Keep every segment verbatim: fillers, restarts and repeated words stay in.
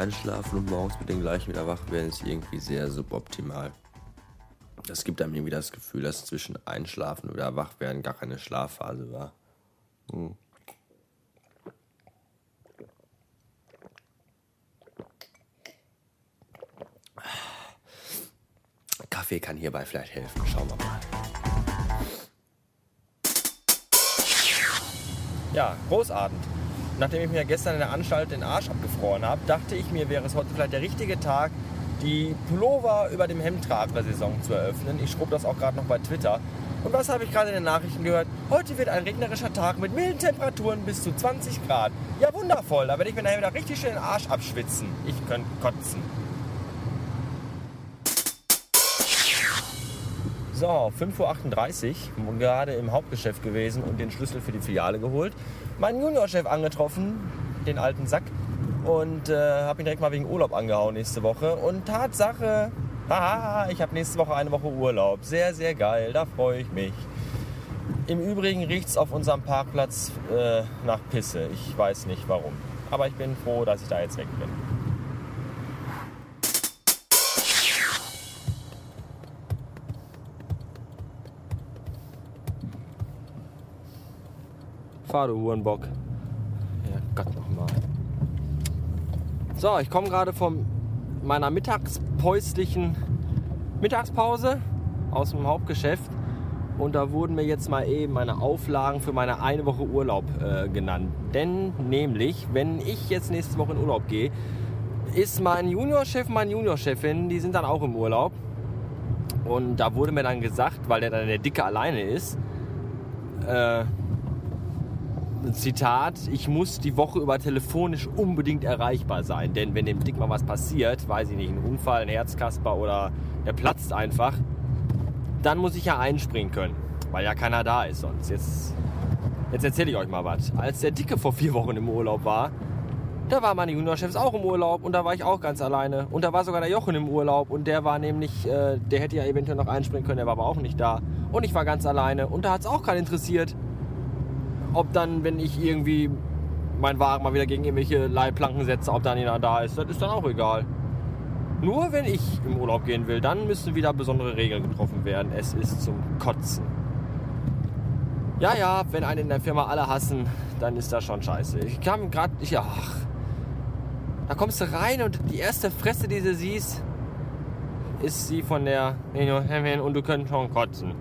einschlafen und morgens mit den gleichen wieder wach werden, ist irgendwie sehr suboptimal. Das gibt einem irgendwie das Gefühl, dass zwischen Einschlafen und wieder wach werden gar keine Schlafphase war. Hm. Kaffee kann hierbei vielleicht helfen. Schauen wir mal. Ja, großartig. Nachdem ich mir gestern in der Anstalt den Arsch abgefroren habe, dachte ich mir, wäre es heute vielleicht der richtige Tag, die Pullover über dem Hemdtrager-Saison zu eröffnen. Ich schrub das auch gerade noch bei Twitter. Und was habe ich gerade in den Nachrichten gehört? Heute wird ein regnerischer Tag mit milden Temperaturen bis zu zwanzig Grad. Ja, wundervoll. Da werde ich mir nachher wieder richtig schön den Arsch abschwitzen. Ich könnte kotzen. So, fünf Uhr achtunddreißig, gerade im Hauptgeschäft gewesen und den Schlüssel für die Filiale geholt. Meinen Juniorchef angetroffen, den alten Sack, und äh, habe ihn direkt mal wegen Urlaub angehauen nächste Woche. Und Tatsache, haha, ich habe nächste Woche eine Woche Urlaub. Sehr, sehr geil, da freue ich mich. Im Übrigen riecht es auf unserem Parkplatz äh, nach Pisse. Ich weiß nicht warum. Aber ich bin froh, dass ich da jetzt weg bin. Fahr, du Hurenbock. Ja, Gott nochmal. So, ich komme gerade von meiner mittagspäuslichen Mittagspause aus dem Hauptgeschäft. Und da wurden mir jetzt mal eben meine Auflagen für meine eine Woche Urlaub äh, genannt. Denn nämlich, wenn ich jetzt nächste Woche in Urlaub gehe, ist mein Juniorchef, meine Juniorchefin, die sind dann auch im Urlaub. Und da wurde mir dann gesagt, weil der dann der Dicke alleine ist, äh, Zitat, ich muss die Woche über telefonisch unbedingt erreichbar sein, denn wenn dem Dick mal was passiert, weiß ich nicht, ein Unfall, ein Herzkasper oder der platzt einfach, dann muss ich ja einspringen können, weil ja keiner da ist sonst. Jetzt, jetzt erzähle ich euch mal was. Als der Dicke vor vier Wochen im Urlaub war, da waren meine Juniorchefs auch im Urlaub und da war ich auch ganz alleine. Und da war sogar der Jochen im Urlaub und der war nämlich, äh, der hätte ja eventuell noch einspringen können, der war aber auch nicht da. Und ich war ganz alleine und da hat es auch keinen interessiert, ob dann, wenn ich irgendwie meinen Wagen mal wieder gegen irgendwelche Leitplanken setze, ob dann jemand da ist, das ist dann auch egal. Nur wenn ich im Urlaub gehen will, dann müssen wieder besondere Regeln getroffen werden. Es ist zum Kotzen. Ja, ja, wenn einen in der Firma alle hassen, dann ist das schon scheiße. Ich kam gerade, ja, ach, da kommst du rein und die erste Fresse, die du siehst, ist die von der und du könntest schon kotzen.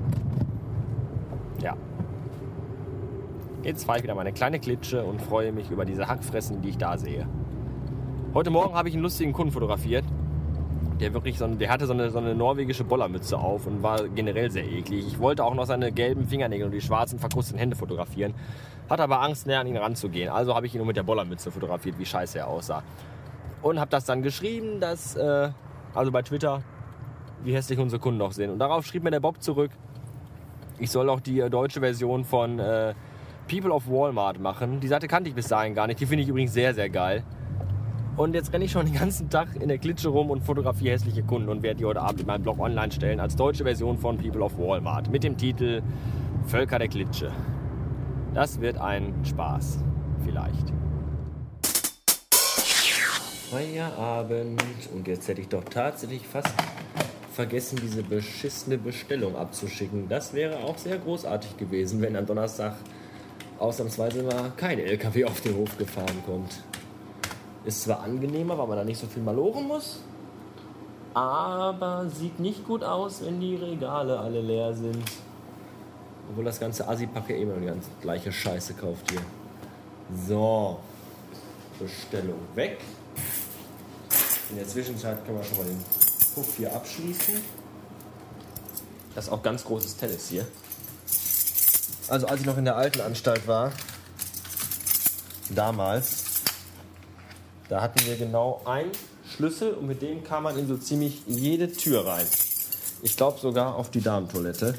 Ja. Jetzt fahre ich wieder meine kleine Klitsche und freue mich über diese Hackfressen, die ich da sehe. Heute Morgen habe ich einen lustigen Kunden fotografiert. Der wirklich so eine, der hatte so eine, so eine norwegische Bollermütze auf und war generell sehr eklig. Ich wollte auch noch seine gelben Fingernägel und die schwarzen verkrusteten Hände fotografieren. Hatte aber Angst, näher an ihn ranzugehen. Also habe ich ihn nur mit der Bollermütze fotografiert, wie scheiße er aussah. Und habe das dann geschrieben, dass, äh, also bei Twitter, wie hässlich unsere Kunden noch sind. Und darauf schrieb mir der Bob zurück, ich soll auch die äh, deutsche Version von äh, People of Walmart machen. Die Seite kannte ich bis dahin gar nicht. Die finde ich übrigens sehr, sehr geil. Und jetzt renne ich schon den ganzen Tag in der Klitsche rum und fotografiere hässliche Kunden und werde die heute Abend in meinem Blog online stellen als deutsche Version von People of Walmart mit dem Titel Völker der Klitsche. Das wird ein Spaß. Vielleicht. Feierabend. Und jetzt hätte ich doch tatsächlich fast vergessen, diese beschissene Bestellung abzuschicken. Das wäre auch sehr großartig gewesen, wenn am Donnerstag ausnahmsweise mal kein L K W auf den Hof gefahren kommt. Ist zwar angenehmer, weil man da nicht so viel malochen muss, aber sieht nicht gut aus, wenn die Regale alle leer sind. Obwohl das ganze Assi-Pack ja immer die ganze gleiche Scheiße kauft hier. So, Bestellung weg. In der Zwischenzeit können wir schon mal den Puff hier abschließen. Das ist auch ganz großes Tennis hier. Also als ich noch in der alten Anstalt war, damals, da hatten wir genau einen Schlüssel und mit dem kam man in so ziemlich jede Tür rein. Ich glaube sogar auf die Damentoilette.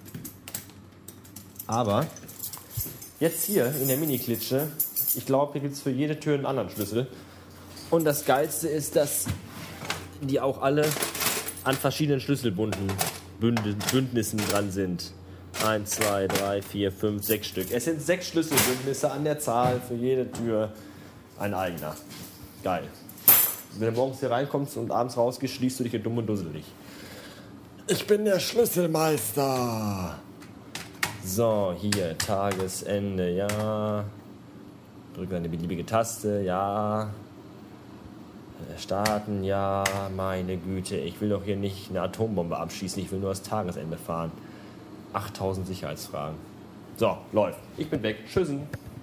Aber jetzt hier in der Mini-Klitsche, ich glaube, hier gibt es für jede Tür einen anderen Schlüssel. Und das Geilste ist, dass die auch alle an verschiedenen Schlüsselbunden Bündnissen dran sind. Eins, zwei, drei, vier, fünf, sechs Stück. Es sind sechs Schlüsselbündnisse an der Zahl, für jede Tür ein eigener. Geil. Wenn du morgens hier reinkommst und abends rausgehst, schließt du dich hier dumm und dusselig. Ich bin der Schlüsselmeister. So, hier, Tagesende, ja. Drücke eine beliebige Taste, ja. Starten, ja. Meine Güte, ich will doch hier nicht eine Atombombe abschießen, ich will nur das Tagesende fahren. achttausend Sicherheitsfragen. So, läuft. Ich bin weg. Tschüssen.